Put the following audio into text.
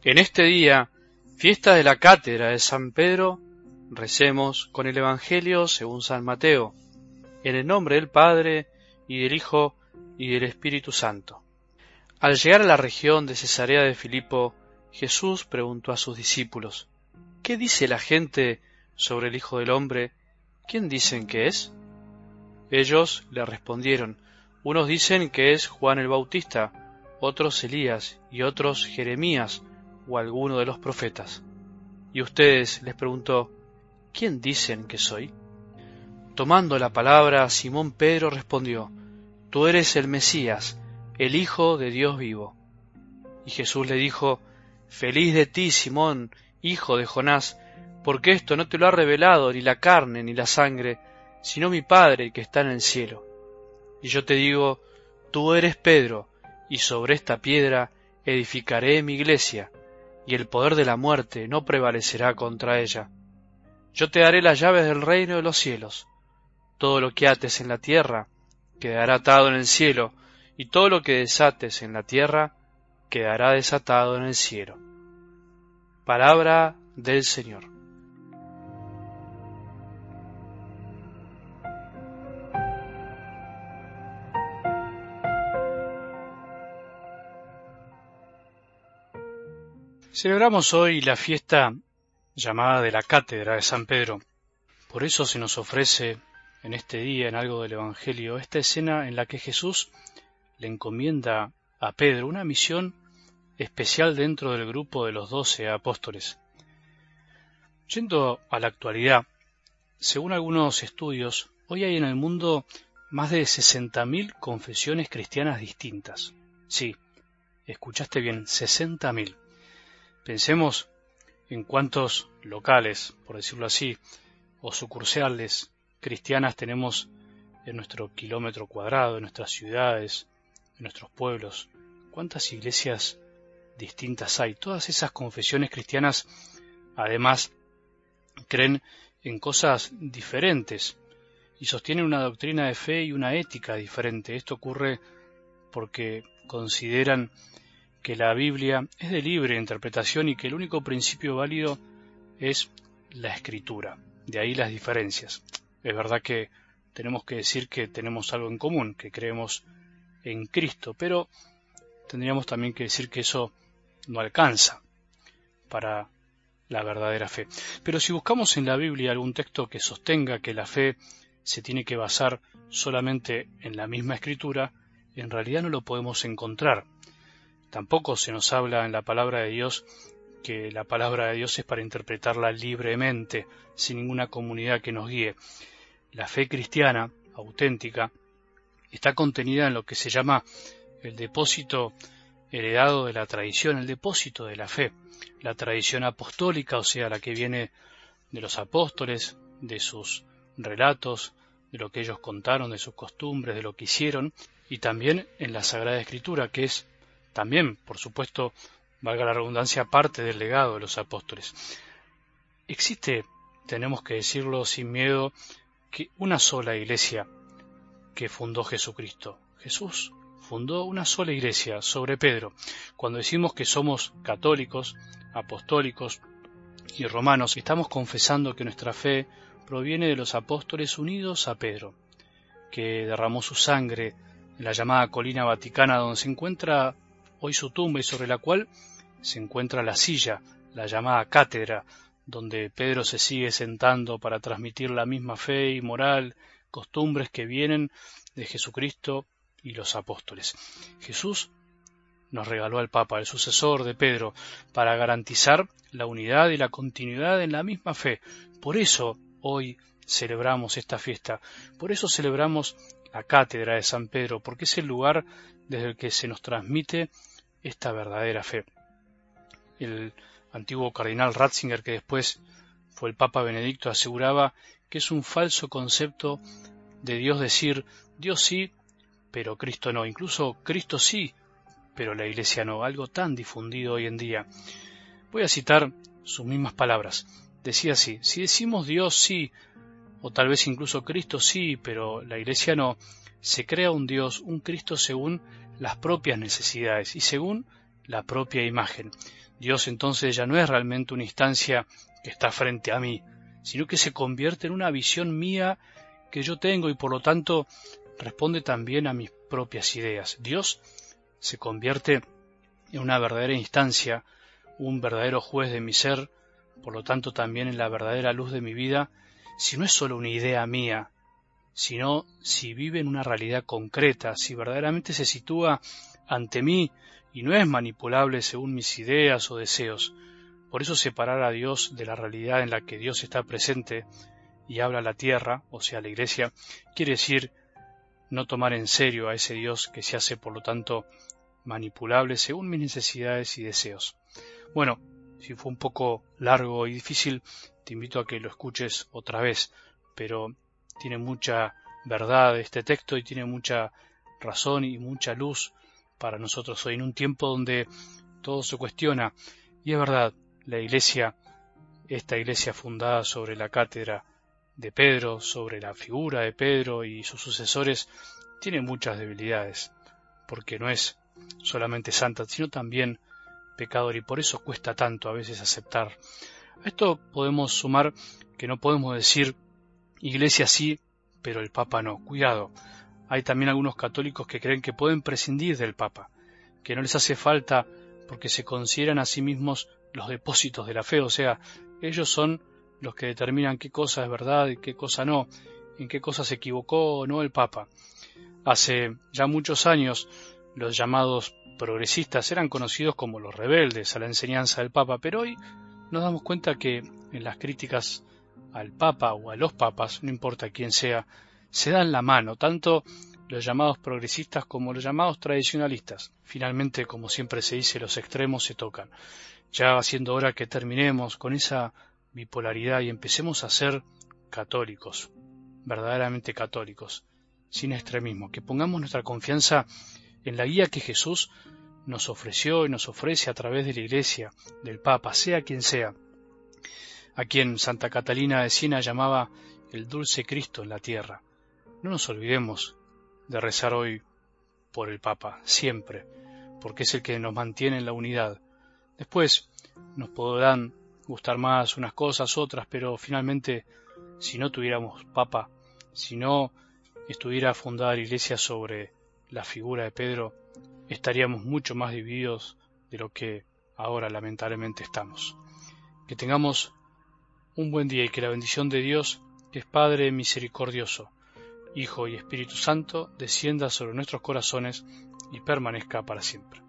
En este día, fiesta de la cátedra de San Pedro, recemos con el Evangelio según San Mateo, en el nombre del Padre, y del Hijo, y del Espíritu Santo. Al llegar a la región de Cesarea de Filipo, Jesús preguntó a sus discípulos: ¿Qué dice la gente sobre el Hijo del Hombre? ¿Quién dicen que es? Ellos le respondieron: unos dicen que es Juan el Bautista, otros Elías, y otros Jeremías, o alguno de los profetas. Y ustedes, les preguntó, ¿quién dicen que soy? Tomando la palabra, Simón Pedro respondió: Tú eres el Mesías, el Hijo de Dios vivo. Y Jesús le dijo: Feliz de ti, Simón, hijo de Jonás, porque esto no te lo ha revelado ni la carne ni la sangre, sino mi Padre que está en el cielo. Y yo te digo, tú eres Pedro, y sobre esta piedra edificaré mi iglesia, y el poder de la muerte no prevalecerá contra ella. Yo te daré las llaves del reino de los cielos. Todo lo que ates en la tierra quedará atado en el cielo, y todo lo que desates en la tierra quedará desatado en el cielo. Palabra del Señor. Celebramos hoy la fiesta llamada de la Cátedra de San Pedro. Por eso se nos ofrece en este día, en algo del Evangelio, esta escena en la que Jesús le encomienda a Pedro una misión especial dentro del grupo de los 12 apóstoles. Yendo a la actualidad, según algunos estudios, hoy hay en el mundo más de 60.000 confesiones cristianas distintas. Sí, escuchaste bien, 60.000. Pensemos en cuántos locales, por decirlo así, o sucursales cristianas tenemos en nuestro kilómetro cuadrado, en nuestras ciudades, en nuestros pueblos. ¿Cuántas iglesias distintas hay? Todas esas confesiones cristianas, además, creen en cosas diferentes y sostienen una doctrina de fe y una ética diferente. Esto ocurre porque consideran que la Biblia es de libre interpretación y que el único principio válido es la Escritura. De ahí las diferencias. Es verdad que tenemos que decir que tenemos algo en común, que creemos en Cristo, pero tendríamos también que decir que eso no alcanza para la verdadera fe. Pero si buscamos en la Biblia algún texto que sostenga que la fe se tiene que basar solamente en la misma Escritura, en realidad no lo podemos encontrar. Tampoco se nos habla en la palabra de Dios que la palabra de Dios es para interpretarla libremente, sin ninguna comunidad que nos guíe. La fe cristiana, auténtica, está contenida en lo que se llama el depósito heredado de la tradición, el depósito de la fe, la tradición apostólica, o sea, la que viene de los apóstoles, de sus relatos, de lo que ellos contaron, de sus costumbres, de lo que hicieron, y también en la Sagrada Escritura, que es también, por supuesto, valga la redundancia, parte del legado de los apóstoles. Existe, tenemos que decirlo sin miedo, que una sola iglesia que fundó Jesucristo. Jesús fundó una sola iglesia sobre Pedro. Cuando decimos que somos católicos, apostólicos y romanos, estamos confesando que nuestra fe proviene de los apóstoles unidos a Pedro, que derramó su sangre en la llamada colina vaticana donde se encuentra hoy su tumba y sobre la cual se encuentra la silla, la llamada cátedra, donde Pedro se sigue sentando para transmitir la misma fe y moral, costumbres que vienen de Jesucristo y los apóstoles. Jesús nos regaló al Papa, el sucesor de Pedro, para garantizar la unidad y la continuidad en la misma fe. Por eso hoy celebramos esta fiesta, por eso celebramos la cátedra de San Pedro, porque es el lugar desde el que se nos transmite esta verdadera fe. El antiguo cardenal Ratzinger, que después fue el Papa Benedicto, aseguraba que es un falso concepto de Dios decir Dios sí, pero Cristo no, incluso Cristo sí, pero la Iglesia no, algo tan difundido hoy en día. Voy a citar sus mismas palabras. Decía así: si decimos Dios sí, o tal vez incluso Cristo sí, pero la Iglesia no, se crea un Dios, un Cristo según las propias necesidades y según la propia imagen. Dios entonces ya no es realmente una instancia que está frente a mí, sino que se convierte en una visión mía que yo tengo y por lo tanto responde también a mis propias ideas. Dios se convierte en una verdadera instancia, un verdadero juez de mi ser, por lo tanto también en la verdadera luz de mi vida, si no es solo una idea mía, sino si vive en una realidad concreta, si verdaderamente se sitúa ante mí y no es manipulable según mis ideas o deseos. Por eso separar a Dios de la realidad en la que Dios está presente y habla a la tierra, o sea, la iglesia, quiere decir no tomar en serio a ese Dios que se hace, por lo tanto, manipulable según mis necesidades y deseos. Bueno, si fue un poco largo y difícil, te invito a que lo escuches otra vez, pero tiene mucha verdad este texto y tiene mucha razón y mucha luz para nosotros hoy en un tiempo donde todo se cuestiona. Y es verdad, la iglesia, esta iglesia fundada sobre la cátedra de Pedro, sobre la figura de Pedro y sus sucesores, tiene muchas debilidades, porque no es solamente santa, sino también pecador, y por eso cuesta tanto a veces aceptar. A esto podemos sumar que no podemos decir iglesia sí, pero el Papa no. Cuidado, hay también algunos católicos que creen que pueden prescindir del Papa, que no les hace falta porque se consideran a sí mismos los depósitos de la fe, o sea, ellos son los que determinan qué cosa es verdad y qué cosa no, en qué cosa se equivocó o no el Papa. Hace ya muchos años los llamados progresistas eran conocidos como los rebeldes a la enseñanza del Papa, pero hoy nos damos cuenta que en las críticas al Papa o a los papas, no importa quién sea, se dan la mano, tanto los llamados progresistas como los llamados tradicionalistas. Finalmente, como siempre se dice, los extremos se tocan. Ya va siendo hora que terminemos con esa bipolaridad y empecemos a ser católicos, verdaderamente católicos, sin extremismo, que pongamos nuestra confianza en la guía que Jesús nos ofreció y nos ofrece a través de la Iglesia, del Papa, sea quien sea, a quien Santa Catalina de Siena llamaba el dulce Cristo en la tierra. No nos olvidemos de rezar hoy por el Papa, siempre, porque es el que nos mantiene en la unidad. Después nos podrán gustar más unas cosas, otras, pero finalmente, si no tuviéramos Papa, si no estuviera fundada la Iglesia sobre la figura de Pedro, estaríamos mucho más divididos de lo que ahora lamentablemente estamos. Que tengamos un buen día y que la bendición de Dios, que es Padre misericordioso, Hijo y Espíritu Santo, descienda sobre nuestros corazones y permanezca para siempre.